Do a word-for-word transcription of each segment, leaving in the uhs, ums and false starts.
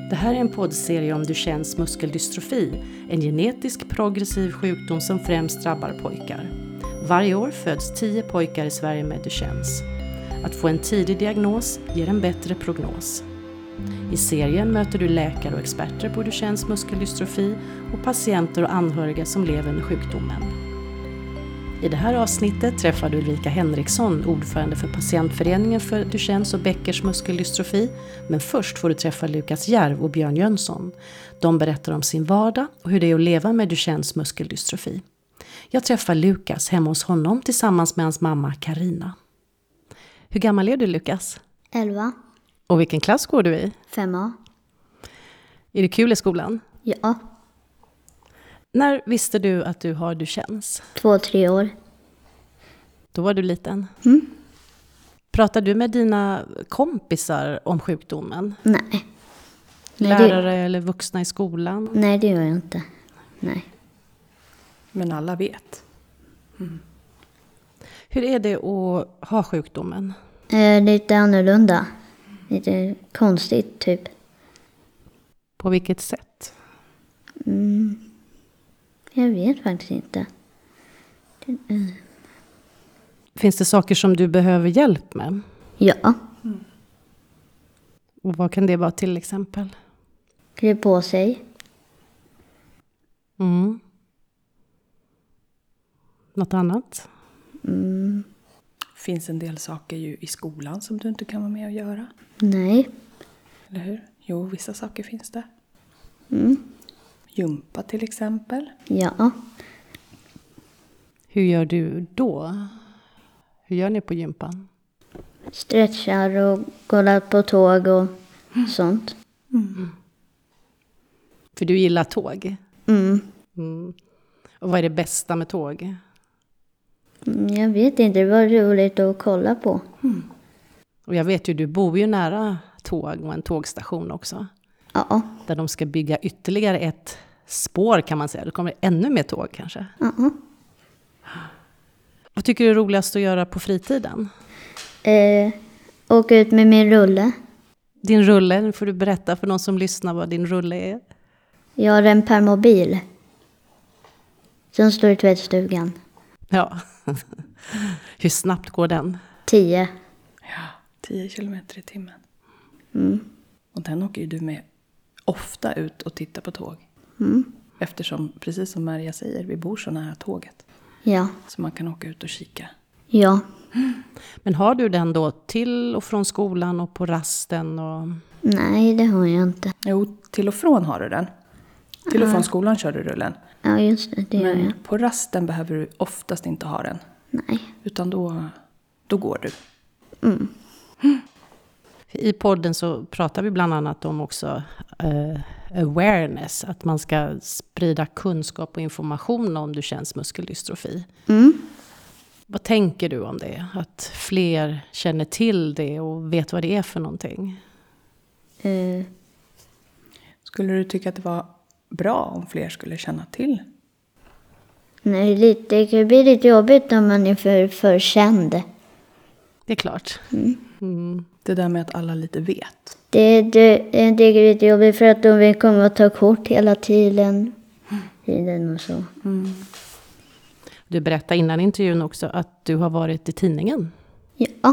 Det här är en poddserie om Duchennes muskeldystrofi, en genetisk progressiv sjukdom som främst drabbar pojkar. Varje år föds tio pojkar i Sverige med Duchennes. Att få en tidig diagnos ger en bättre prognos. I serien möter du läkare och experter på Duchennes muskeldystrofi och patienter och anhöriga som lever med sjukdomen. I det här avsnittet träffar du Ulrika Henriksson, ordförande för patientföreningen för Duchennes och Beckers muskeldystrofi. Men först får du träffa Lukas Järv och Björn Jönsson. De berättar om sin vardag och hur det är att leva med Duchennes muskeldystrofi. Jag träffar Lukas hemma hos honom tillsammans med hans mamma Karina. Hur gammal är du, Lukas? elva. Och vilken klass går du i? Femma. Är det kul i skolan? Ja. När visste du att du har Duchennes? Två, tre år. Då var du liten. Mm. Pratar du med dina kompisar om sjukdomen? Nej. Nej Lärare det... eller vuxna i skolan? Nej, det gör jag inte. Nej. Men alla vet. Mm. Hur är det att ha sjukdomen? Eh, lite annorlunda. Lite konstigt, typ. På vilket sätt? Mm. Jag vet faktiskt inte. Det, uh. Finns det saker som du behöver hjälp med? Ja. Mm. Och vad kan det vara till exempel? Klä på sig. Mm. Något annat? Mm. Finns en del saker ju i skolan som du inte kan vara med och göra. Nej. Eller hur? Jo, vissa saker finns det. Mm. Jumpa till exempel. Ja. Hur gör du då? Hur gör ni på gympan? Stretchar och kollar på tåg och mm. sånt. Mm. För du gillar tåg? Mm. Mm. Och vad är det bästa med tåg? Mm, jag vet inte, det var roligt att kolla på. Mm. Och jag vet ju, du bor ju nära tåg och en tågstation också. Ja. Där de ska bygga ytterligare ett spår kan man säga. Det kommer ännu mer tåg kanske. Ja. Vad tycker du är roligast att göra på fritiden? Eh, åka ut med min rulle. Din rulle, nu får du berätta för någon som lyssnar vad din rulle är. Jag har en permobil. Som står i tvättstugan. Ja. Hur snabbt går den? Tio. Ja, tio kilometer i timmen. Mm. Och den åker ju du med ofta ut och tittar på tåg. Mm. Eftersom, precis som Maria säger, vi bor så nära tåget. Ja. Så man kan åka ut och kika. Ja. Men har du den då till och från skolan och på rasten? Och... Nej, det har jag inte. Jo, till och från har du den. Till och från skolan kör du rullen. Ja, just det, det gör Men jag. på rasten behöver du oftast inte ha den. Nej. Utan då, då går du. Mm. I podden så pratar vi bland annat om också uh, awareness. Att man ska sprida kunskap och information om Duchennes muskeldystrofi. Mm. Vad tänker du om det? Att fler känner till det och vet vad det är för någonting? Uh. Skulle du tycka att det var bra om fler skulle känna till? Nej, lite, det kan bli lite jobbigt om man är för, för känd. Det är klart. Mm. Mm. Det där med att alla lite vet. Det, det, det är lite jobbigt för att de vill komma och ta kort hela tiden. tiden och så. Mm. Du berättade innan intervjun också att du har varit i tidningen. Ja.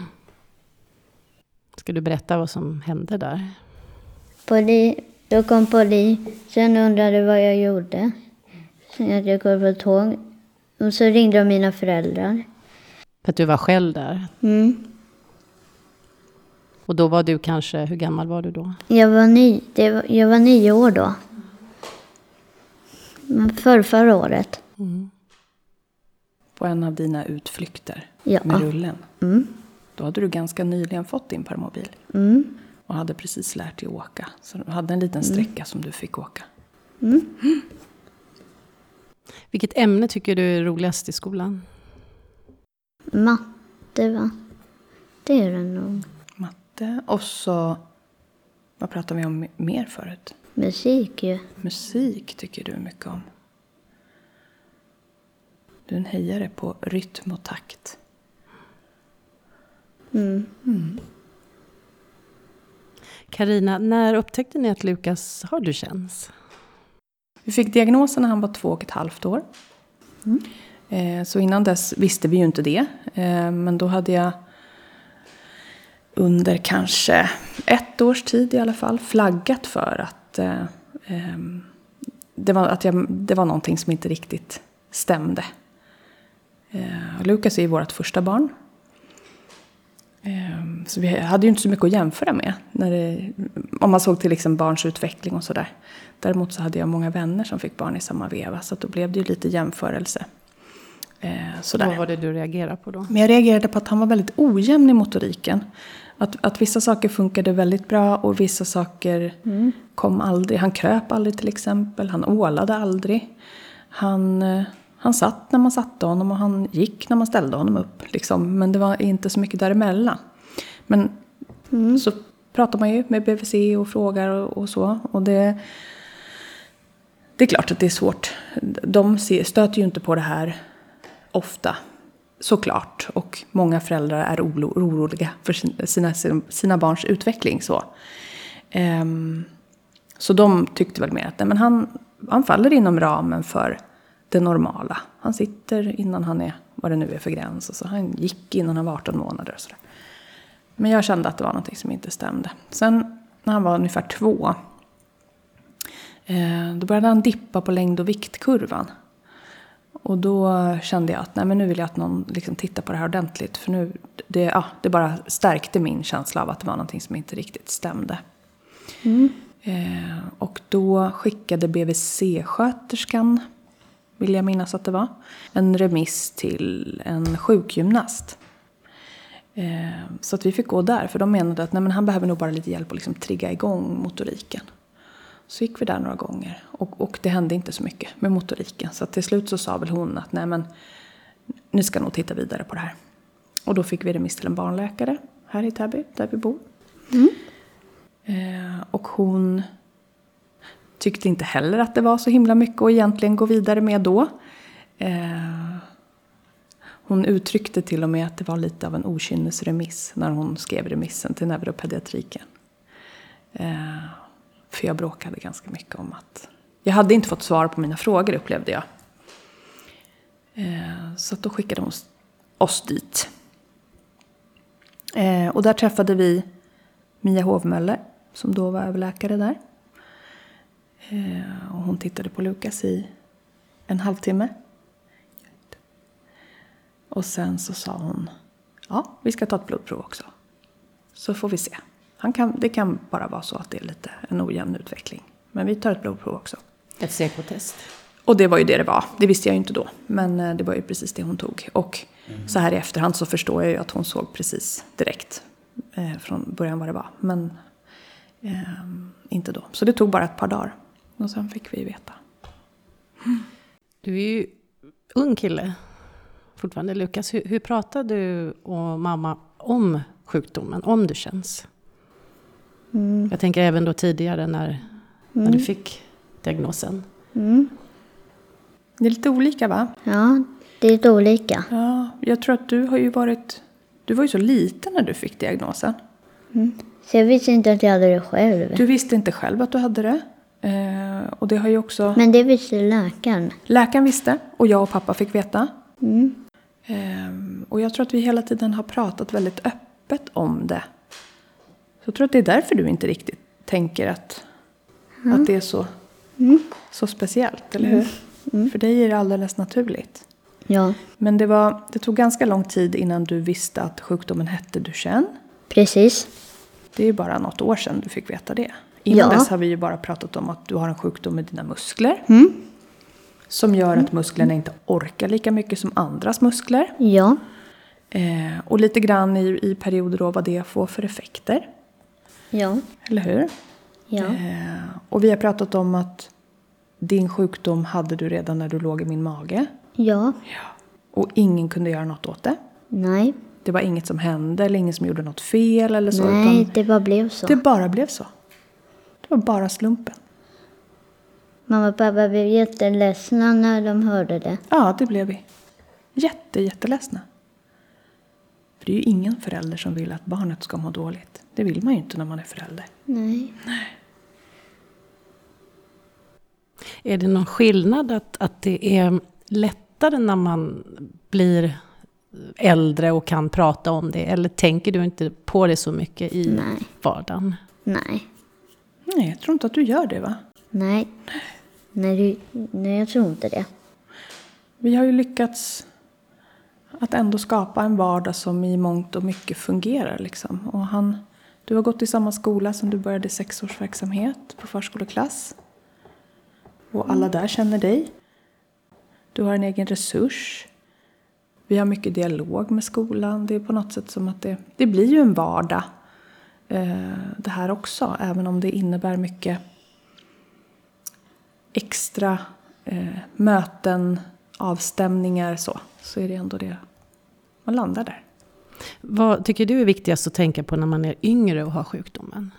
Ska du berätta vad som hände där? Poli, då kom poli. Sen undrade vad jag gjorde. Sen att jag går på tåg. Och så ringde de mina föräldrar. För att du var själv där. Mm. Och då var du kanske, hur gammal var du då? Jag var, ny, det var, jag var nio år då. Men för förra året. Mm. På en av dina utflykter Ja. med rullen. Mm. Då hade du ganska nyligen fått din permobil. Mm. Och hade precis lärt dig åka. Så du hade en liten sträcka mm. som du fick åka. Mm. Mm. Vilket ämne tycker du är roligast i skolan? Matte, va? Det är det nog. Matte. Och så, vad pratar vi om mer förut? Musik ju. Musik tycker du mycket om. Du är en hejare på rytm och takt. Mm. Mm. Carina, när upptäckte ni att Lukas har Duchennes? Vi fick diagnosen när han var två och ett halvt år. Mm. Eh, så innan dess visste vi ju inte det. Eh, men då hade jag under kanske ett års tid i alla fall flaggat för att, eh, eh, det, var, att jag, det var någonting som inte riktigt stämde. Eh, Lukas är ju vårt första barn. Eh, så vi hade ju inte så mycket att jämföra med. När det, om man såg till liksom barns utveckling och sådär. Däremot så hade jag många vänner som fick barn i samma veva. Så då blev det ju lite jämförelse. Eh, sådär. Vad var det du reagerade på då? Men jag reagerade på att han var väldigt ojämn i motoriken. Att, att vissa saker funkade väldigt bra och vissa saker mm. kom aldrig. Han kröp aldrig till exempel. Han ålade aldrig. Han, han satt när man satte honom och han gick när man ställde honom upp. Liksom. Men det var inte så mycket däremellan. Men mm. så pratar man ju med B V C och frågar och, och så. Och det, det är klart att det är svårt. De stöter ju inte på det här ofta. Såklart. Och många föräldrar är oro, oroliga för sina, sina barns utveckling. Så, um, så de tyckte väl mer att nej, men han, han faller inom ramen för det normala. Han sitter innan han är, vad det nu är för gräns. Och så han gick innan han var arton månader. Och så där. Men jag kände att det var någonting som inte stämde. Sen när han var ungefär två. Eh, då började han dippa på längd- och viktkurvan. Och då kände jag att nej, men nu vill jag att någon liksom tittar på det här ordentligt. För nu, det, ja, det bara stärkte min känsla av att det var någonting som inte riktigt stämde. Mm. Eh, och då skickade B V C-sköterskan, vill jag minnas att det var, en remiss till en sjukgymnast. Eh, så att vi fick gå där, för de menade att nej, men han behöver nog bara lite hjälp att liksom trigga igång motoriken. Så gick vi där några gånger och, och det hände inte så mycket med motoriken. Så att till slut så sa väl hon att nej, men nu ska nog titta vidare på det här. Och då fick vi remiss till en barnläkare här i Täby, där vi bor. Mm. Eh, och hon tyckte inte heller att det var så himla mycket att egentligen gå vidare med då. Eh, hon uttryckte till och med att det var lite av en okynnesremiss när hon skrev remissen till neuropediatriken. Eh, För jag bråkade ganska mycket om att jag hade inte fått svar på mina frågor, upplevde jag. Eh, så då skickade hon oss dit. Eh, och där träffade vi Mia Hovmöller, som då var överläkare där. Eh, och hon tittade på Lukas i en halvtimme. Och sen så sa hon, ja, vi ska ta ett blodprov också. Så får vi se. Han kan, det kan bara vara så att det är lite en ojämn utveckling. Men vi tar ett blodprov också. Ett C K-test. Och det var ju det det var. Det visste jag ju inte då. Men det var ju precis det hon tog. Och mm. så här i efterhand så förstår jag ju att hon såg precis direkt eh, från början vad det var. Men eh, inte då. Så det tog bara ett par dagar. Och sen fick vi veta. Mm. Du är ju ung kille fortfarande, Lukas. Hur, hur pratade du och mamma om sjukdomen, om Duchennes? Mm. Jag tänker även då tidigare när, mm. när du fick diagnosen. Mm. Det är lite olika, va? Ja, det är lite olika. Ja, jag tror att du har ju varit... Du var ju så liten när du fick diagnosen. Mm. Så jag visste inte att jag hade det själv. Du visste inte själv att du hade det. Eh, och det har ju också... Men det visste läkaren. Läkaren visste, och jag och pappa fick veta. Mm. Eh, och jag tror att vi hela tiden har pratat väldigt öppet om det. Så jag tror att det är därför du inte riktigt tänker att, mm. att det är så, mm. så speciellt, eller hur? Mm. För dig är det alldeles naturligt. Ja. Men det, var, det tog ganska lång tid innan du visste att sjukdomen hette Duchenne. Precis. Det är ju bara något år sedan du fick veta det. Innan ja. dess har vi ju bara pratat om att du har en sjukdom med dina muskler. Mm. Som gör att musklerna inte orkar lika mycket som andras muskler. Ja. Eh, och lite grann i, i perioder då vad det får för effekter. Ja. Eller hur? Ja. Eh, och vi har pratat om att din sjukdom hade du redan när du låg i min mage. Ja. Ja. Och ingen kunde göra något åt det. Nej. Det var inget som hände eller ingen som gjorde något fel eller så. Nej, utan det bara blev så. Det bara blev så. Det var bara slumpen. Mamma och pappa blev jätteledsna när de hörde det. Ja, det blev vi. Jätte, jätteledsna. För det är ju ingen förälder som vill att barnet ska må dåligt. Det vill man ju inte när man är förälder. Nej. Nej. Är det någon skillnad att, att det är lättare när man blir äldre och kan prata om det? Eller tänker du inte på det så mycket i Nej. vardagen? Nej. Nej, jag tror inte att du gör det, va? Nej. Nej, du, nej, jag tror inte det. Vi har ju lyckats att ändå skapa en vardag som i mångt och mycket fungerar. Liksom. Och han, du har gått i samma skola som du började sexårsverksamhet på förskoleklass. Och alla där känner dig. Du har en egen resurs. Vi har mycket dialog med skolan. Det är på något sätt som att det, det blir ju en vardag. Eh, det här också. Även om det innebär mycket extra eh, möten, avstämningar så. Så är det ändå det. Man landar där. Vad tycker du är viktigast att tänka på när man är yngre och har sjukdomen?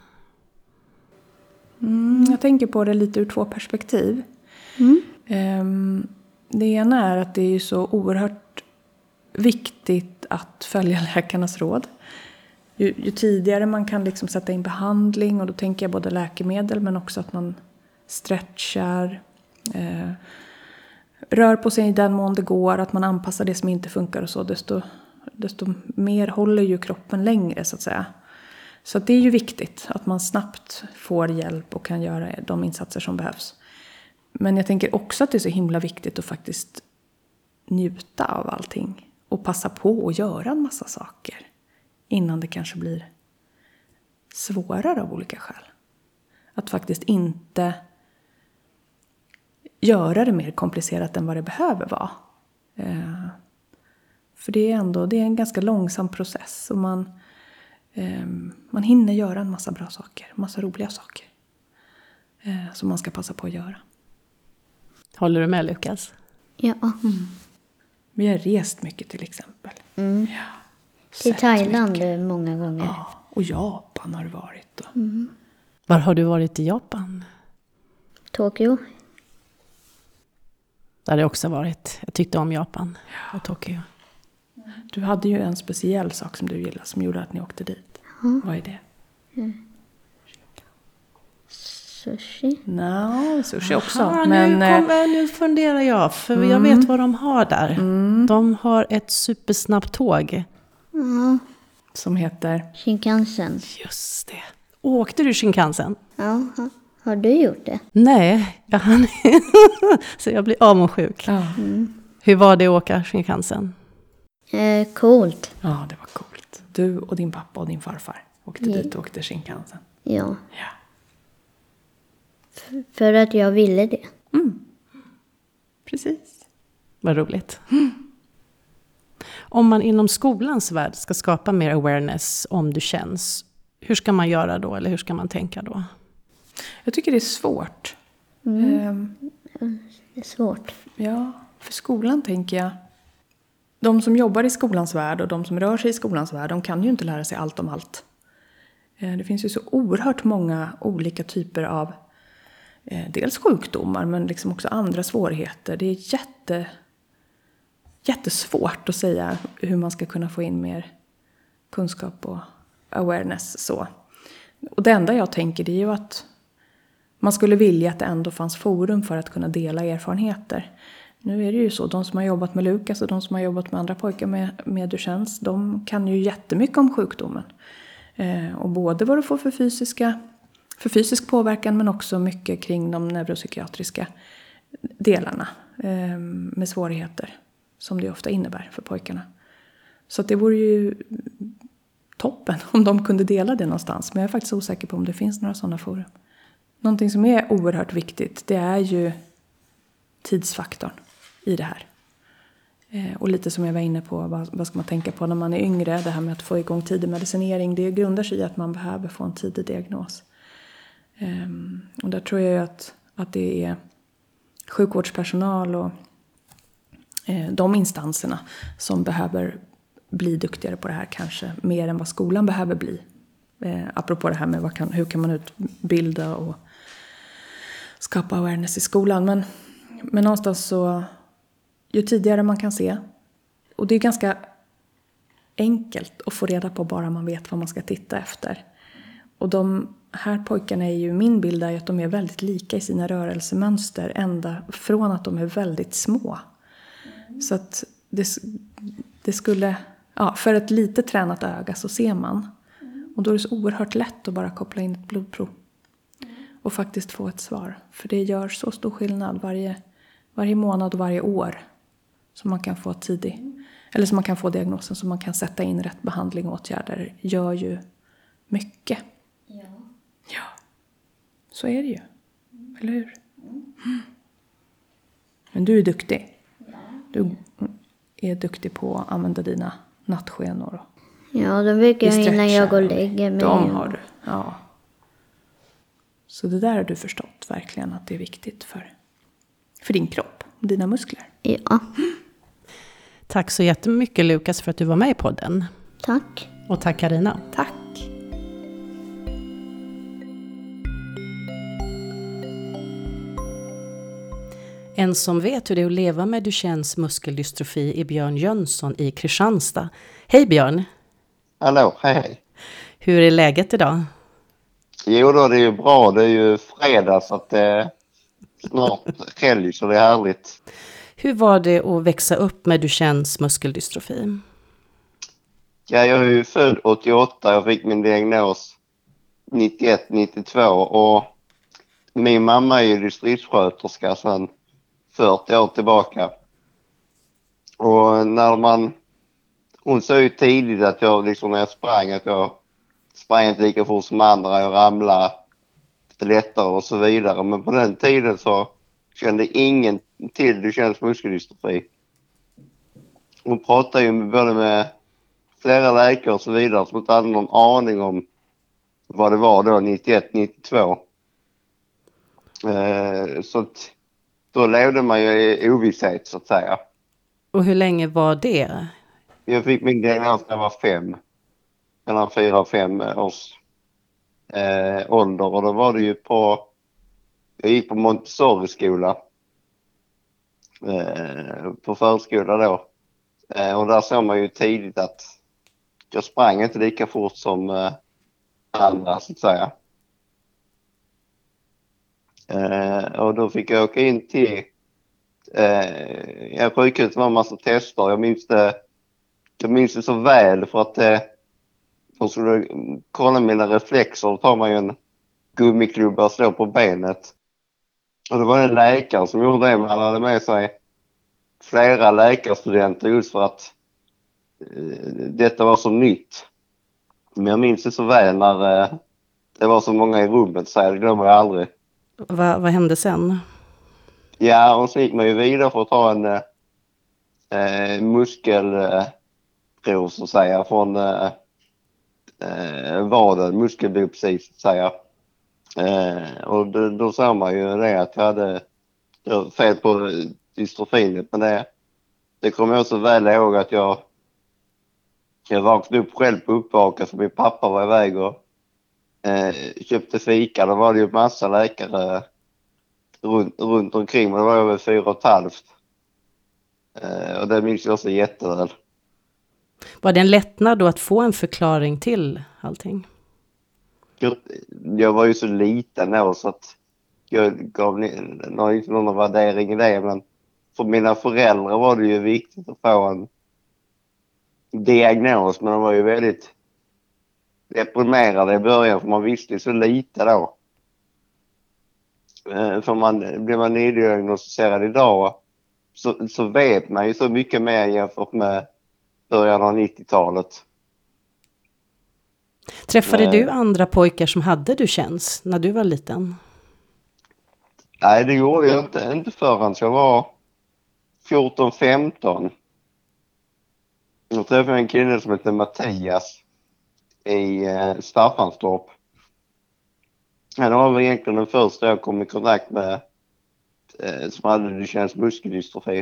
Mm, jag tänker på det lite ur två perspektiv. Mm. Um, det ena är att det är så oerhört viktigt att följa läkarnas råd. Ju, ju tidigare man kan liksom sätta in behandling, och då tänker jag både läkemedel men också att man stretchar, eh, rör på sig i den mån det går, att man anpassar det som inte funkar och så, desto, desto mer håller ju kroppen längre så att säga. Så att det är ju viktigt att man snabbt får hjälp och kan göra de insatser som behövs. Men jag tänker också att det är så himla viktigt att faktiskt njuta av allting. Och passa på att göra en massa saker. Innan det kanske blir svårare av olika skäl. Att faktiskt inte göra det mer komplicerat än vad det behöver vara. Eh, för det är ändå det är en ganska långsam process. Och man, eh, man hinner göra en massa bra saker. En massa roliga saker. Eh, som man ska passa på att göra. Håller du med, Lukas? Ja. Mm. Vi har rest mycket till exempel. Mm. Ja. Till Sett Thailand mycket. många gånger. Ja, och Japan har du varit då. Mm. Var har du varit i Japan? Tokyo. Där har jag också varit. Jag tyckte om Japan och Tokyo. Du hade ju en speciell sak som du gillade som gjorde att ni åkte dit. Ja. Vad är det? Mm. Sushi. No, sushi också. Aha, men, nu, kom, nu funderar jag, för mm. jag vet vad de har där. Mm. De har ett supersnabbt tåg. Ja. Som heter? Shinkansen. Just det. Åkte du Shinkansen? Ja. Har du gjort det? Nej, jag hann så jag blir avundsjuk. Ja. Mm. Hur var det att åka Shinkansen? Eh, coolt. Ja, det var coolt. Du och din pappa och din farfar åkte Ja. dit och åkte Shinkansen. Ja. Ja. F- för att jag ville det. Mm. Precis. Vad roligt. Om man inom skolans värld ska skapa mer awareness om du känns, hur ska man göra då? Eller hur ska man tänka då? Jag tycker det är svårt. Mm. Ehm, Det är svårt. ja, för skolan tänker jag. De som jobbar i skolans värld och de som rör sig i skolans värld, de kan ju inte lära sig allt om allt. Eh, det finns ju så oerhört många olika typer av eh, dels sjukdomar men liksom också andra svårigheter. Det är jätte, jättesvårt att säga hur man ska kunna få in mer kunskap och awareness så. Och det enda jag tänker det är ju att man skulle vilja att det ändå fanns forum för att kunna dela erfarenheter. Nu är det ju så, de som har jobbat med Lukas och de som har jobbat med andra pojkar med, med Duchennes, de kan ju jättemycket om sjukdomen. Eh, och både vad det får för, fysiska, för fysisk påverkan men också mycket kring de neuropsykiatriska delarna eh, med svårigheter som det ofta innebär för pojkarna. Så att det vore ju toppen om de kunde dela det någonstans. Men jag är faktiskt osäker på om det finns några sådana forum. Någonting som är oerhört viktigt, det är ju tidsfaktorn i det här. Eh, och lite som jag var inne på, vad, vad ska man tänka på när man är yngre? Det här med att få igång tidig medicinering, det grundar sig i att man behöver få en tidig diagnos. Eh, och där tror jag att, att det är sjukvårdspersonal och eh, de instanserna som behöver bli duktigare på det här, kanske mer än vad skolan behöver bli. Eh, apropå det här med vad kan, hur kan man utbilda och skapa awareness i skolan. Men, men någonstans så, ju tidigare man kan se. Och det är ganska enkelt att få reda på bara man vet vad man ska titta efter. Och de här pojkarna är ju, min bild är att de är väldigt lika i sina rörelsemönster ända från att de är väldigt små. Så att det, det skulle, ja, för ett lite tränat öga så ser man. Och då är det så oerhört lätt att bara koppla in ett blodprov. Och faktiskt få ett svar. För det gör så stor skillnad varje, varje månad och varje år. Som man kan få tidig. Eller som man kan få diagnosen, så man kan sätta in rätt behandling och åtgärder. Gör ju mycket. Ja. Ja, så är det ju. Eller hur? Mm. Men du är duktig. Du är duktig på att använda dina nattskenor. Ja, de brukar jag innan jag går och lägger mig. De har du, ja. Så det där har du förstått verkligen att det är viktigt för, för din kropp och dina muskler. Ja. Tack så jättemycket Lukas för att du var med i podden. Tack. Och tack Carina. Tack. En som vet hur det är att leva med Duchennes muskeldystrofi är Björn Jönsson i Kristianstad. Hej Björn! Hallå, hej hej! Hur är läget idag? Jo då, det är ju bra. Det är ju fredag så att det är snart helg så det är härligt. Hur var det att växa upp med Duchennes muskeldystrofi? Ja, jag är ju född åttioåtta. Jag fick min diagnos nittioett nittiotvå och min mamma är ju distriktssköterska sedan fyrtio år tillbaka. Och när man... Hon sa ju tidigt att jag liksom när jag sprang att jag sprang inte lika fort som andra. Jag ramlade lättare och så vidare. Men på den tiden så kände ingen till Duchennes muskeldystrofi. Hon pratade ju både med flera läkare och så vidare som inte hade någon aning om vad det var då nittioett nittiotvå. Eh, så att då levde man ju i ovisshet så att säga. Och hur länge var det? Jag fick min diagnos när jag var fem. Mellan fyra och fem års eh, ålder. Och då var det ju på... Jag gick på Montessori-skola. Eh, på förskola då. Eh, och där såg man ju tidigt att jag sprang inte lika fort som eh, andra så att säga. Eh, och då fick jag åka in till... Eh, jag sjukhuset var en massa tester. Jag minns det... Jag minns det så väl för att eh, de skulle kolla mina reflexer. Då tar man ju en gummiklubba och slår på benet. Och det var en läkare som gjorde det. Men han hade med sig flera läkarstudenter just för att eh, detta var så nytt. Men jag minns det så väl när eh, det var så många i rummet så det glömmer jag aldrig. Va, vad hände sen? Ja, och så gick man ju vidare för att ta en eh, muskel... Eh, prov så att säga från eh, eh, vaden, muskelbiopsi så att säga. Eh, och då, då sa man ju det att jag hade fel på dystrofinet, men det, det kommer jag så väl ihåg att jag jag vaknade upp själv på uppvaka för min pappa var iväg och eh, köpte fika. Då var det ju massa läkare runt, runt omkring, men det var över fyra och ett halvt. Eh, och det minns jag också jätteväl. Var det en lättnad då att få en förklaring till allting? Jag, jag var ju så liten då så att jag gav någon, inte någon värdering i det. Men för mina föräldrar var det ju viktigt att få en diagnos. Men de var ju väldigt deprimerade i början för man visste ju så lite då. För man, blir man nydiagnostiserad idag så, så vet man ju så mycket mer jämfört med början av nittiotalet. Träffade Nej. du andra pojkar som hade Duchennes när du var liten? Nej, det gjorde jag inte, inte förrän jag var fjorton femton. Jag träffade en kille som heter Mattias i eh, Staffanstorp. Han var väl egentligen den första jag kom i kontakt med eh, som hade Duchennes muskeldystrofi.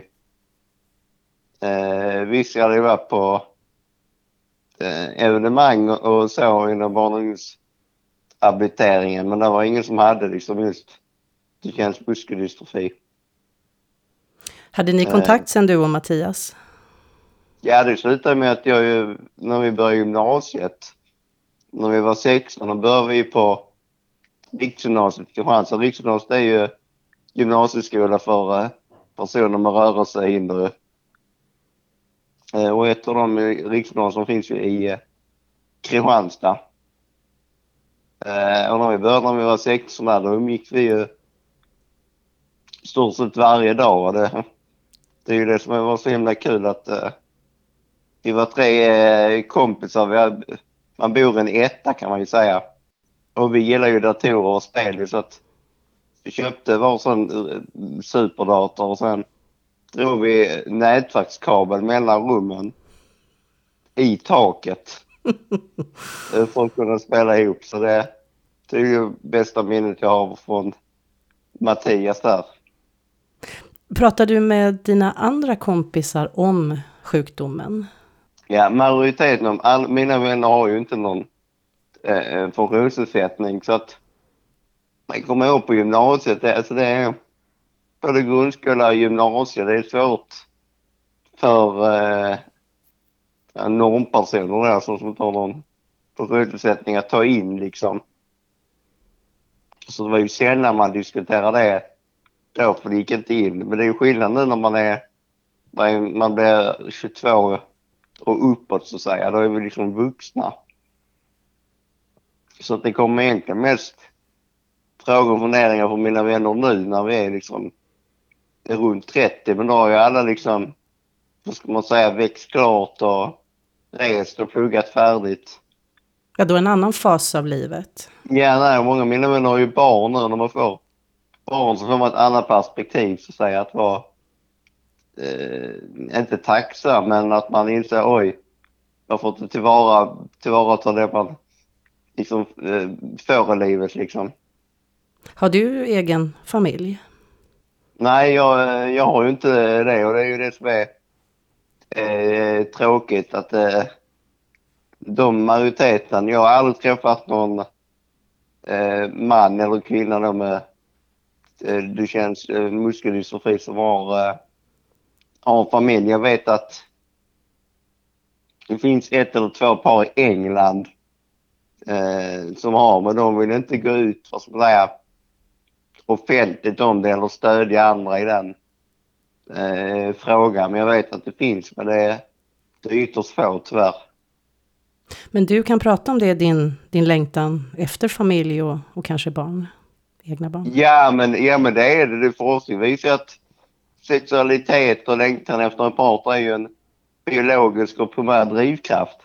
Eh, visst jag hade varit på eh, evenemang och så inom barn- och ungdomshabiliteringen, men det var ingen som hade liksom just Duchennes muskeldystrofi. Hade ni kontakt sen du och Mattias? Ja, det slutade med att jag ju, när vi började gymnasiet, när vi var sexton, då började vi på Riksgymnasiet i Kristianstad. Riksgymnasiet är ju gymnasieskola för eh, personer med rörelsehinder. Eh, och ett av de riksgymnasier finns ju i eh, Kristianstad. Eh, och när vi började när vi var sexton där, då umgick vi ju stort sett varje dag. Och det, det är ju det som var så himla kul att eh, vi var tre eh, kompisar. Vi hade, man bor i en etta kan man ju säga. Och vi gillar ju datorer och spel, så att vi köpte var sån eh, superdator och sen drog vi nätverkskabel mellan rummen i taket eh, för att kunna spela ihop. Så det, det är ju bästa minnet jag har från Mattias där. Pratar du med dina andra kompisar om sjukdomen? Ja, majoriteten av all, mina vänner har ju inte någon eh, funktionsnedsättning, så att man kommer ihåg på gymnasiet, det, alltså det är både grundskola och gymnasiet, det är svårt för eh, normpersoner där som inte har någon funktionsnedsättning att ta in liksom. Så det var ju sällan man diskuterade det då, för det gick inte in. Men det är ju skillnad nu när man är, man blir tjugotvå och uppåt så att säga, då är vi liksom vuxna. Så att det kommer egentligen mest frågor och funderingar från mina vänner nu när vi är liksom runt trettio. Men då har ju alla liksom, vad ska man säga, växt klart och rest och pluggat färdigt. Ja, då en annan fas av livet. Ja, nej, många av mina vänner har ju barn nu. När man får barn så får man ett annat perspektiv, så att säga, att vara eh, inte tacksam, men att man inser, oj, jag får inte tillvara, tillvarata det man liksom eh, får i livet liksom. Har du egen familj? Nej, jag, jag har ju inte det, och det är ju det som är eh, tråkigt, att eh, de majoriteten, jag har aldrig träffat någon eh, man eller kvinna då med eh, det känns eh, muskeldystrofi som har, eh, har en familj. Jag vet att det finns ett eller två par i England eh, som har, men de vill inte gå ut för att säga offentligt om det eller stödja andra i den eh, frågan. Men jag vet att det finns, men det är, det är ytterst få tyvärr. Men du kan prata om det, din, din längtan efter familj och, och kanske barn, egna barn. Ja, men, ja, men det är det. Det forskning visar att sexualitet och längtan efter en partner är ju en biologisk och primär drivkraft.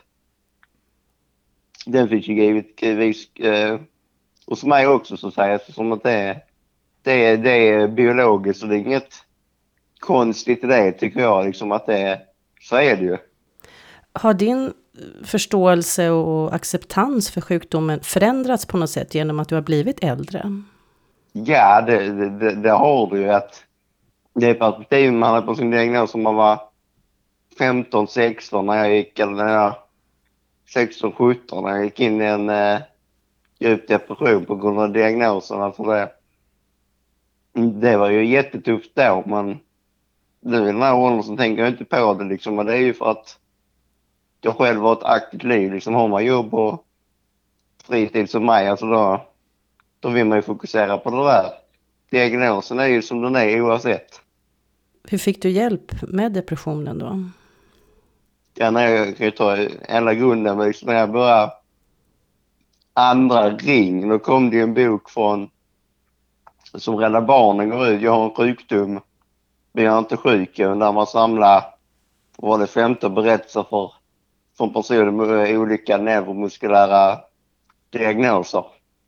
Den finns ju givetvis eh, hos mig också, så att säga, som att det är, det är, det är biologiskt, och det är inget konstigt i det, tycker jag, liksom att det är, så är det ju. Har din förståelse och acceptans för sjukdomen förändrats på något sätt genom att du har blivit äldre? Ja, det, det, det har du ju. Att det är perspektiv man hade på sin diagnos som man var femton sexton när jag gick, eller när jag sexton sjutton när jag gick in i en eh, djup depression på grund av diagnosen. Alltså det, det var ju jättetufft då, men nu i den här åldern så tänker jag inte på det liksom, och det är ju för att jag själv har ett aktivt liv, liksom har man jobb och fritid som mig, alltså då, då vill man ju fokusera på det där. Diagnosen är ju som den är oavsett. Hur fick du hjälp med depressionen då? Ja, när jag kan ju ta hela grunden, men liksom när jag började andra ring, då kom det ju en bok från som Rädda Barnen går ut, jag har en sjukdom, men jag är inte sjuk, där man samlar, var det femton berättelser för från personer med olika neuromuskulära diagnoser.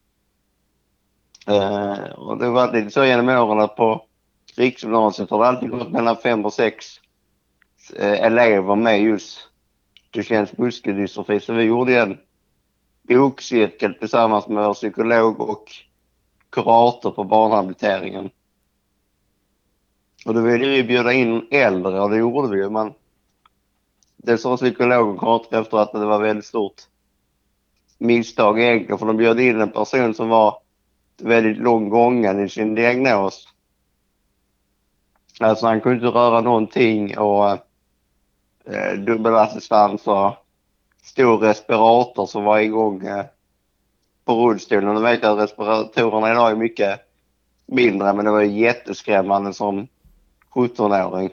Uh, och det var lite så genom åren att på Riksgymnasiet har det alltid gått mellan fem och sex uh, elever med just Duchennes muskeldystrofi. Så vi gjorde en bokcirkel tillsammans med vår psykolog och kurator på barnhabiliteringen. Och då ville vi bjuda in äldre, och det gjorde vi ju, men det sa psykologen kort efter att det var väldigt stort misstag egentligen, för de bjöd in en person som var väldigt lång gången i sin diagnos. Alltså han kunde inte röra någonting, och eh, dubbelassistans och stor respirator som var igång eh, på rullstolen. Och vet jag att respiratorerna idag är mycket mindre, men det var jätteskrämmande som sjuttonåring.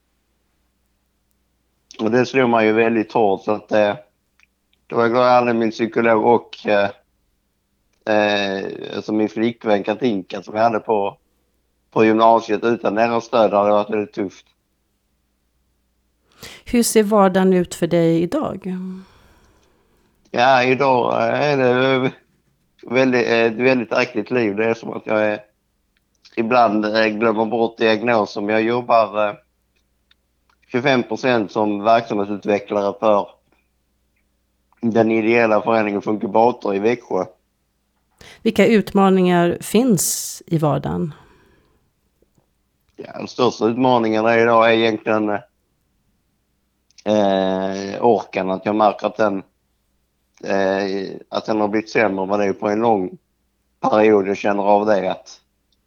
Och det slog man ju väldigt hårt, så att eh, det var jag glad att min psykolog och eh, eh, alltså min flickvän Katinka som jag hade på, på gymnasiet. Utan deras stöd hade det varit väldigt tufft. Hur ser vardagen ut för dig idag? Ja, idag är det väldigt, ett väldigt aktivt liv. Det är som att jag är, ibland glömmer bort diagnosen. Jag jobbar tjugofem procent som verksamhetsutvecklare för den ideella föreningen Funkubator i Växjö. Vilka utmaningar finns i vardagen? Ja, den största utmaningen är idag är egentligen eh, orken. Att jag märker att den, eh, att den har blivit sämre, men det är på en lång period jag känner av det. Att,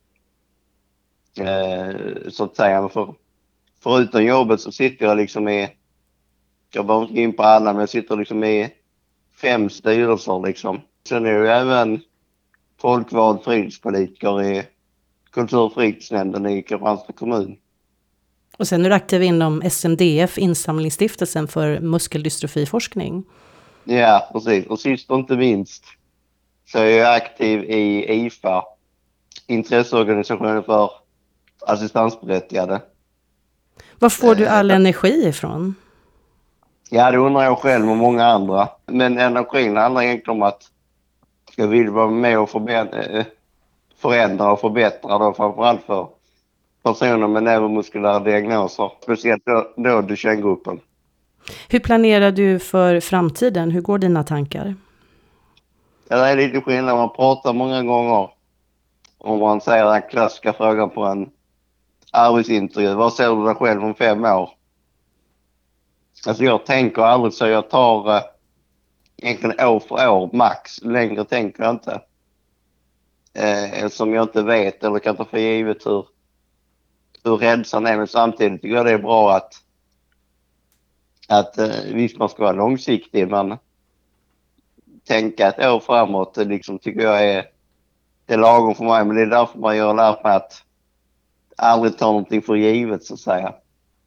eh, så att säga, för, förutom jobbet så sitter jag liksom i, jag behöver inte gå in på alla, men jag sitter liksom i fem styrelser liksom. Sen är jag ju även folkvald fritidspolitiker i kulturfritidsnämnden i Kristianstad kommun. Och sen är du aktiv inom S M D F, insamlingsstiftelsen för muskeldystrofiforskning. Ja, precis. Och sist och inte minst så är jag aktiv i I F A, intresseorganisationen för assistansberättigade. Var får du all energi ifrån? Ja, det undrar jag själv och många andra. Men energin handlar egentligen om att jag vill vara med och förbe- förändra och förbättra då, framförallt för personer med neuromuskulära diagnoser. Speciellt då, då Duchenne-gruppen. Hur planerar du för framtiden? Hur går dina tankar? Ja, det är lite skillnad. Man pratar många gånger om man säger den klassiska frågan på en arbetsintervju. Vad ser du dig själv om fem år? Alltså jag tänker aldrig så. Jag tar eh, egentligen år för år max. Längre tänker jag inte. Eh, som jag inte vet eller kan ta för givet hur, hur rädslan är. Men samtidigt tycker jag det är bra att, att eh, visst man ska vara långsiktig, men tänka ett år framåt liksom, tycker jag är, det är lagom för mig. Men det är därför man gör lärt mig att aldrig ta någonting för givet, så att säga.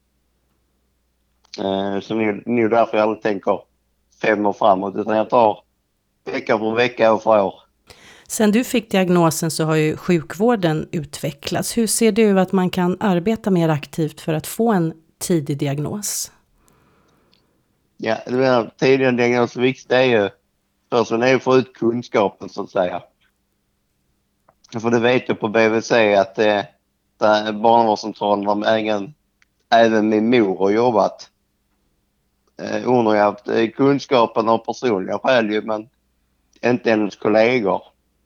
Eh, så nu, nu därför jag aldrig tänker fem år framåt, utan jag tar vecka för vecka, år för år. Sen du fick diagnosen så har ju sjukvården utvecklats. Hur ser du att man kan arbeta mer aktivt för att få en tidig diagnos? Ja, det menar, tidiga diagnoser viktigt är ju först och främst få ut kunskapen, så att säga. För det vet jag på B V C att det är barnavårdscentralen, även, även min mor har jobbat. Eh, hon har ju haft eh, kunskapen av personliga skäl ju, men inte hennes kollegor.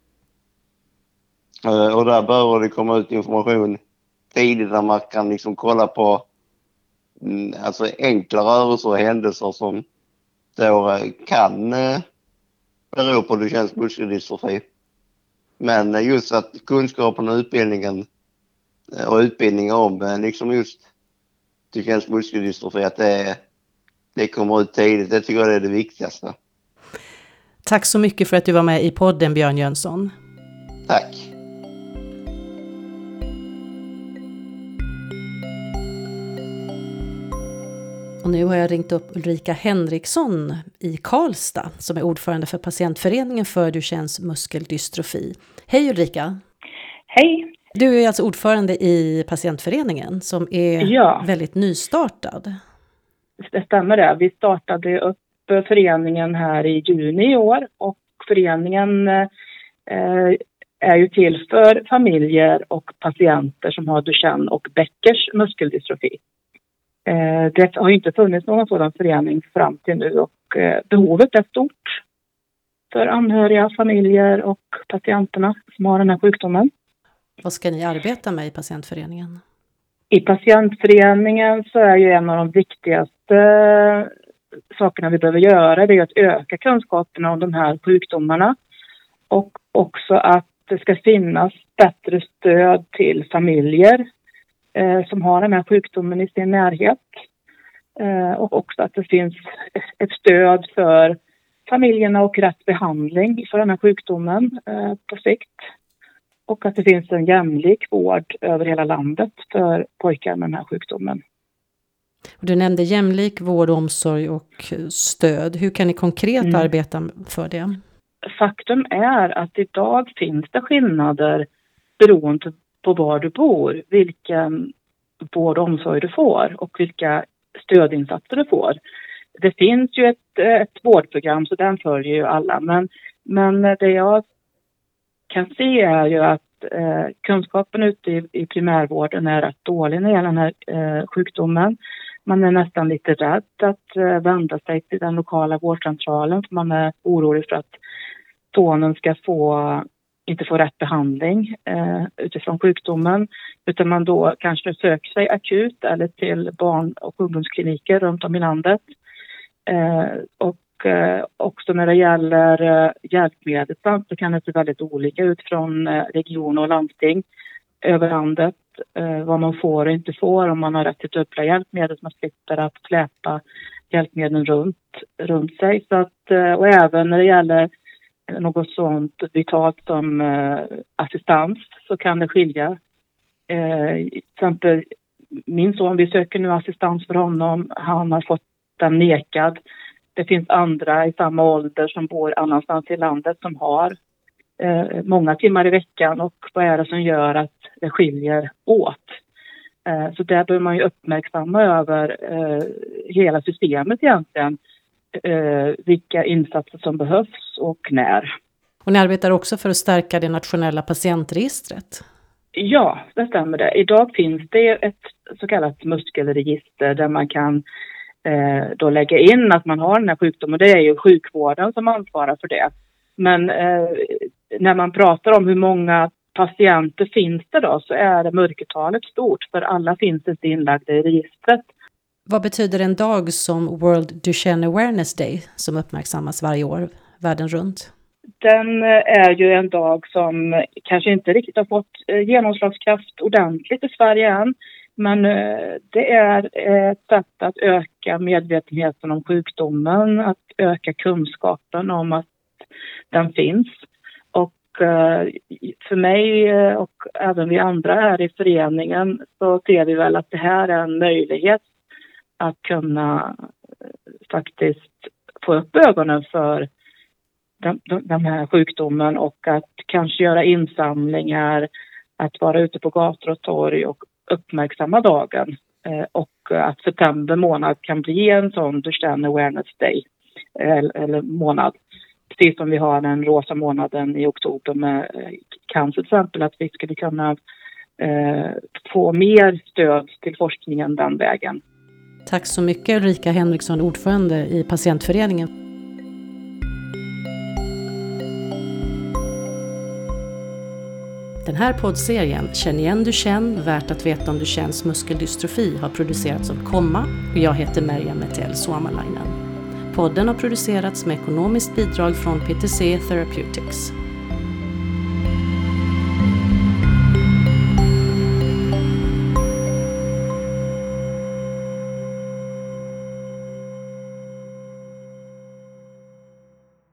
Eh, och där behöver det komma ut information tidigt där man kan liksom kolla på mm, alltså enkla rörelser och händelser som då eh, kan eh, bero på Duchenne muskeldystrofi. Men eh, just att kunskapen och utbildningen eh, och utbildning om eh, liksom just Duchenne muskeldystrofi, att det, det kommer ut tidigt, det tycker jag är det viktigaste. Tack så mycket för att du var med i podden, Björn Jönsson. Tack. Och nu har jag ringt upp Ulrika Henriksson i Karlstad som är ordförande för patientföreningen för Duchenne muskeldystrofi. Hej Ulrika! Hej! Du är alltså ordförande i patientföreningen som är ja. väldigt nystartad. Det stämmer det. Vi startade upp föreningen här i juni i år och föreningen eh, är ju till för familjer och patienter som har Duchenne och Beckers muskeldystrofi. Eh, det har ju inte funnits någon sådan förening fram till nu och eh, behovet är stort för anhöriga, familjer och patienterna som har den här sjukdomen. Vad ska ni arbeta med i patientföreningen? I patientföreningen så är ju en av de viktigaste sakerna vi behöver göra, det är att öka kunskaperna om de här sjukdomarna och också att det ska finnas bättre stöd till familjer eh, som har den här sjukdomen i sin närhet. Eh, och också att det finns ett stöd för familjerna och rätt behandling för den här sjukdomen eh, på sikt. Och att det finns en jämlik vård över hela landet för pojkar med den här sjukdomen. Du nämnde jämlik vård, omsorg och stöd. Hur kan ni konkret mm. arbeta för det? Faktum är att idag finns det skillnader beroende på var du bor, vilken vård och omsorg du får och vilka stödinsatser du får. Det finns ju ett, ett vårdprogram så den följer ju alla. Men, men det jag kan se är ju att eh, kunskapen ute i, i primärvården är rätt dålig när det gäller den här eh, sjukdomen. Man är nästan lite rädd att eh, vända sig till den lokala vårdcentralen för man är orolig för att sonen ska få, inte få rätt behandling eh, utifrån sjukdomen. Utan man då kanske söker sig akut eller till barn- och ungdomskliniker runt om i landet. Eh, och eh, också när det gäller eh, hjälpmedel så kan det se väldigt olika ut från eh, region och landsting över landet. Eh, vad man får och inte får, om man har rätt till dubbla hjälpmedel så man slipper att släpa hjälpmedlen runt, runt sig. Så att, eh, och även när det gäller något sånt vitalt som eh, assistans så kan det skilja. Eh, till exempel min son, vi söker nu assistans för honom. Han har fått den nekad. Det finns andra i samma ålder som bor annanstans i landet som har eh, många timmar i veckan. Och vad är det som gör att det skiljer åt? Eh, så där bör man ju uppmärksamma över eh, hela systemet egentligen. Eh, vilka insatser som behövs och när. Och ni arbetar också för att stärka det nationella patientregistret? Ja, det stämmer det. Idag finns det ett så kallat muskelregister där man kan eh, då lägga in att man har den här sjukdomen. Det är ju sjukvården som ansvarar för det. Men eh, när man pratar om hur många patienter finns det då så är det mörkertalet stort för alla finns inte inlagda i registret. Vad betyder en dag som World Duchenne Awareness Day som uppmärksammas varje år världen runt? Den är ju en dag som kanske inte riktigt har fått genomslagskraft ordentligt i Sverige än. Men det är ett sätt att öka medvetenheten om sjukdomen, att öka kunskapen om att den finns. Och för mig och även vi andra här i föreningen så ser vi väl att det här är en möjlighet att kunna faktiskt få upp ögonen för den, den här sjukdomen och att kanske göra insamlingar, att vara ute på gator och torg och uppmärksamma dagen. Eh, och att september månad kan bli en sån Duchenne Awareness Day eller, eller månad. Precis som vi har den rosa månaden i oktober med cancer till exempel, att vi skulle kunna eh, få mer stöd till forskningen den vägen. Tack så mycket Ulrika Henriksson, ordförande i Patientföreningen. Den här poddserien Känn igen Duchenne, värt att veta om Duchennes muskeldystrofi har producerats av Komma och jag heter Merja Metell Suomalainen. Podden har producerats med ekonomiskt bidrag från P T C Therapeutics.